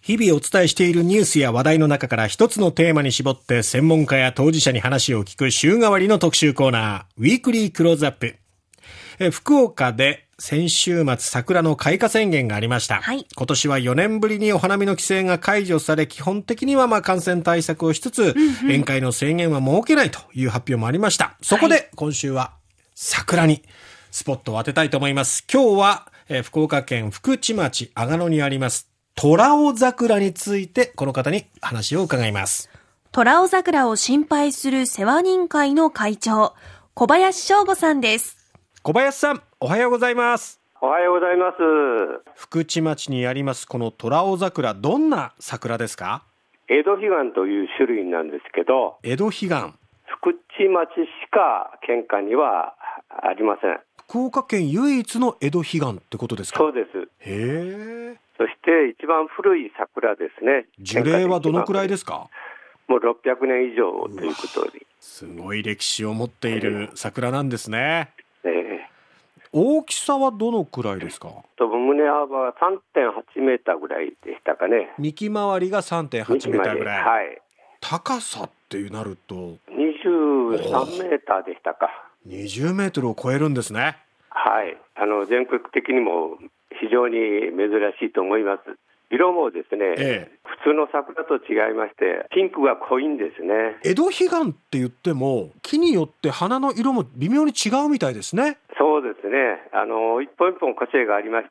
日々お伝えしているニュースや話題の中から一つのテーマに絞って専門家や当事者に話を聞く週替わりの特集コーナー、ウィークリークローズアップ。福岡で先週末桜の開花宣言がありました、はい、今年は4年ぶりにお花見の規制が解除され、基本的には感染対策をしつつ、宴会の制限は設けないという発表もありました。そこで今週は桜にスポットを当てたいと思います。今日は福岡県福智町阿賀野にあります虎尾桜についてこの方に話を伺います。 虎尾桜を心配する世話人会の会長、小林翔吾さんです。 小林さん、おはようございます。 おはようございます。 福智町にありますこの虎尾桜、どんな桜ですか？ 江戸彼岸という種類なんですけど、 江戸彼岸、 福智町しか県下にはありません。 福岡県唯一の江戸彼岸ってことですか？ そうです。 へー。 そして一番古い桜ですね。 樹齢はどのくらいですか？ もう600年以上ということで、 すごい歴史を持っている桜なんですね。大きさはどのくらいですか？ 胸幅は 3.8 メーターぐらいでしたかね。 幹回りが 3.8 メーターぐらい、 はい、 高さってなると 23メーターでしたか。 20メートルを超えるんですね。 はい、全国的にも非常に珍しいと思います。色もですね、普通の桜と違いましてピンクが濃いんですね。 江戸彼岸って言っても木によって花の色も微妙に違うみたいですね。 そうですね、一本一本個性がありまして、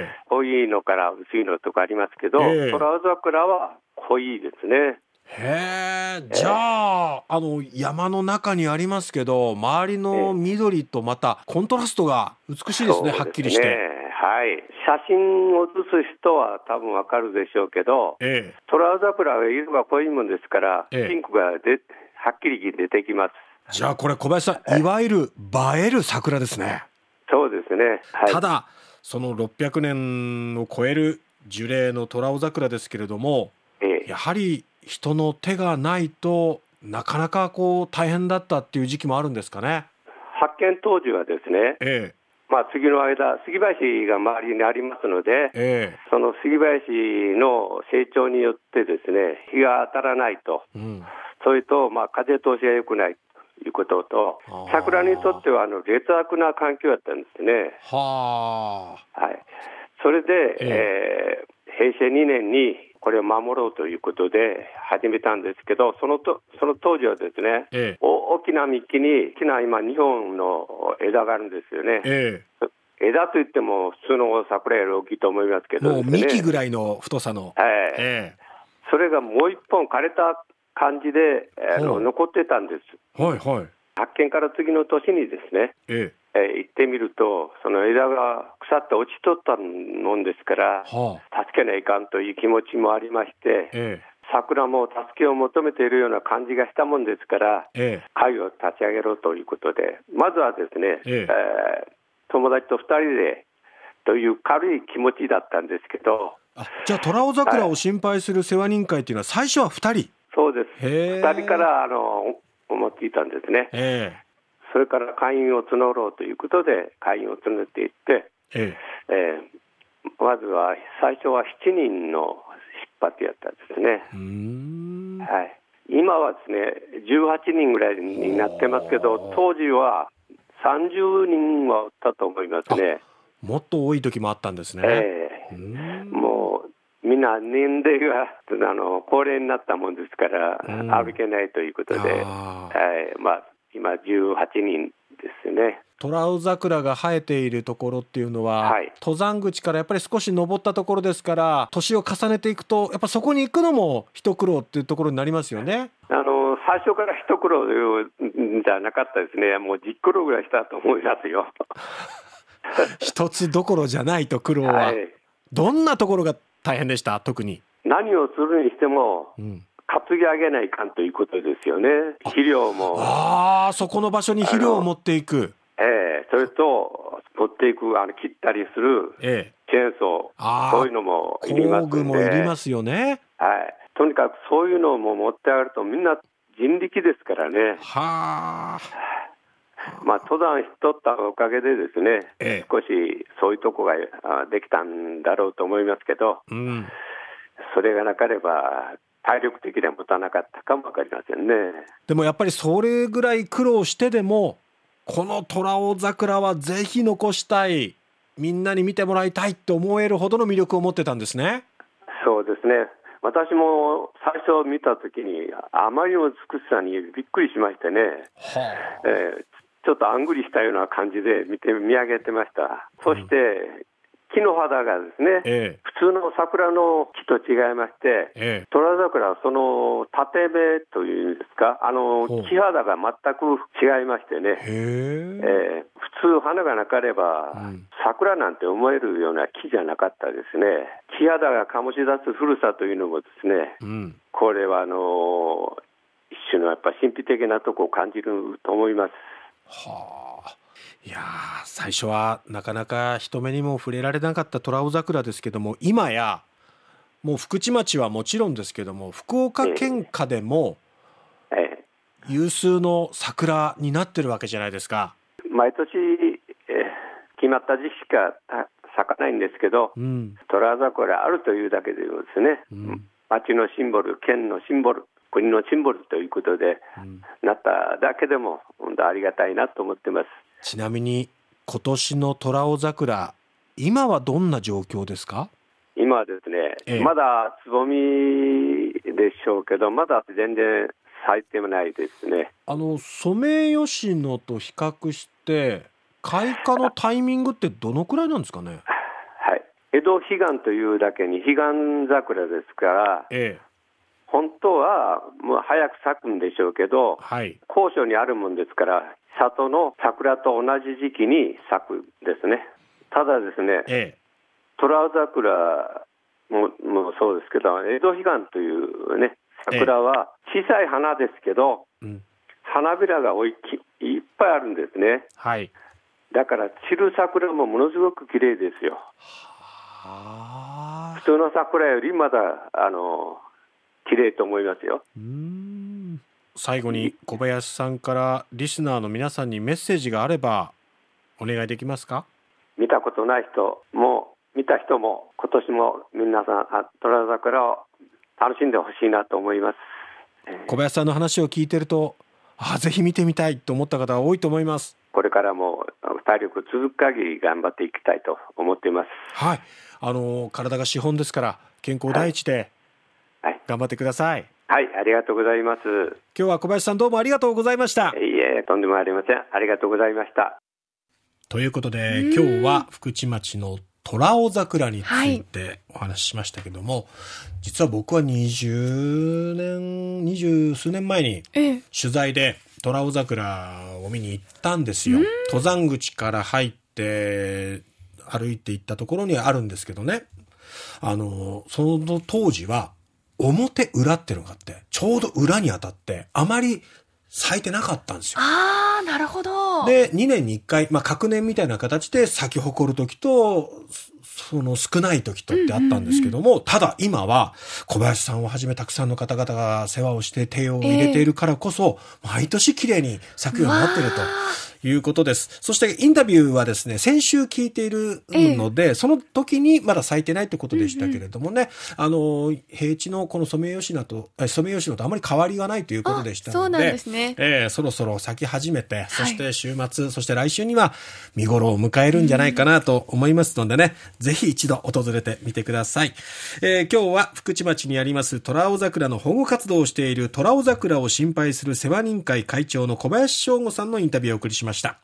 濃いのから薄いのとかありますけど、虎尾桜は濃いですね。 へー。じゃあ、山の中にありますけど周りの緑とまたコントラストが美しいですね。はっきりして、 はい、写真を写す人は多分わかるでしょうけど、虎尾桜は色が濃いもんですから、ピンクがはっきり出てきます。 じゃあこれ小林さん、いわゆる映える桜ですね。 そうですね、はい、 ただその600年を超える樹齢の虎尾桜ですけれども、やはり人の手がないとなかなか大変だったっていう時期もあるんですかね。 発見当時はですね、杉の間、杉林が周りにありますので、その杉林の成長によってですね、日が当たらないと、それと風通しが良くないということと、桜にとっては劣悪な環境だったんですね。はい、それで、平成2年にこれを守ろうということで始めたんですけど、その当時はですね、大きな幹に大きな今2本の枝があるんですよね。枝といっても普通の桜より大きいと思いますけど、 もう幹ぐらいの太さの、 それがもう一本枯れた感じで、残ってたんです。発見から次の年にですね、行ってみるとその枝が腐って落ちとったもんですから、助けないかんという気持ちもありまして、桜も助けを求めているような感じがしたもんですから、会を立ち上げろということで、まずはですね、友達と2人でという軽い気持ちだったんですけど、 じゃあ虎尾桜を心配する世話人会というのは最初は2人？ そうです。2人から思っていたんですね。それから会員を募ろうということで会員を募っていって、まずは最初は7人の出発やったんですね。今はですね18人ぐらいになってますけど、当時は30人はおったと思いますね。 もっと多い時もあったんですね。 もうみんな年齢が高齢になったもんですから歩けないということで、今18人ですね。 虎尾桜が生えているところっていうのは、登山口からやっぱり少し登ったところですから、年を重ねていくとやっぱそこに行くのも一苦労っていうところになりますよね。 最初から一苦労じゃなかったですね。もう10苦労ぐらいしたと思いますよ。 一つどころじゃないと苦労は、どんなところが大変でした？特に何をするにしても、担ぎ上げないかんということですよね。肥料もそこの場所に肥料を持っていく、 それと持っていく切ったりする、チェーンソー、そういうのもいりますので、 工具もいりますよね。 とにかくそういうのも持って上がるとみんな人力ですからね。登山しとったおかげでですね、少しそういうとこができたんだろうと思いますけど、 それがなければ体力的には持たなかったかも分かりませんね。 でもやっぱりそれぐらい苦労してでもこの虎尾桜はぜひ残したい、みんなに見てもらいたいって思えるほどの魅力を持ってたんですね。 そうですね。私も最初見たときにあまりの美しさにびっくりしましてね、ちょっとあんぐりしたような感じで見上げてました。そして、木の肌がですね、普通の桜の木と違いまして、虎桜はその縦目というんですか、木肌が全く違いましてね、普通花がなければ、桜なんて思えるような木じゃなかったですね。木肌が醸し出す古さというのもですね、これは一種のやっぱ神秘的なとこを感じると思います。 いや最初はなかなか人目にも触れられなかった虎尾桜ですけども、今やもう福智町はもちろんですけども福岡県下でも有数の桜になってるわけじゃないですか。 毎年、決まった時期しか咲かないんですけど、虎桜あるというだけでですね、町のシンボル、県のシンボル、国のシンボルということで、なっただけでも本当ありがたいなと思ってます。 ちなみに今年の虎尾桜、今はどんな状況ですか？ 今はですね、まだつぼみでしょうけど、まだ全然咲いてもないですね。 ソメイヨシノと比較して開花のタイミングってどのくらいなんですかね？ はい、江戸彼岸というだけに彼岸桜ですから、本当はもう早く咲くんでしょうけど、高所にあるもんですから里の桜と同じ時期に咲くんですね。ただですね、虎尾桜もそうですけど、江戸彼岸というね桜は小さい花ですけど、花びらがいっぱいあるんですね。だから散る桜もものすごく綺麗ですよ。普通の桜よりまだ綺麗と思いますよ。 最後に小林さんからリスナーの皆さんにメッセージがあればお願いできますか？ 見たことない人も見た人も今年も皆さん虎桜を楽しんでほしいなと思います。 小林さんの話を聞いてるとぜひ見てみたいと思った方は多いと思います。 これからも体力続く限り頑張っていきたいと思っています。 体が資本ですから健康第一で頑張ってください。 ありがとうございます。 今日は小林さんどうもありがとうございました。 とんでもありません。ありがとうございました。ということで今日は福智町の虎尾桜についてお話ししましたけども、実は僕は二十数年前に取材で虎尾桜を見に行ったんですよ。登山口から入って歩いて行ったところにあるんですけどね、その当時は表裏っていうのがあって、ちょうど裏に当たってあまり咲いてなかったんですよ。 なるほど。 で2年に1回、隔年みたいな形で咲き誇る時とその少ない時とってあったんですけども、ただ今は小林さんをはじめたくさんの方々が世話をして手を入れているからこそ、毎年綺麗に咲くようになっているということです。そしてインタビューはですね、先週聞いているので、その時にまだ咲いてないってことでしたけれどもね、平地のこのソメイヨシノとあまり変わりがないということでしたので、 そうなんですね。 そろそろ咲き始めて、そして週末、そして来週には見頃を迎えるんじゃないかなと思いますのでね、ぜひ一度訪れてみてください。今日は福智町にあります虎尾桜の保護活動をしている虎尾桜を心配する世話人会会長の小林翔吾さんのインタビューをお送りしました。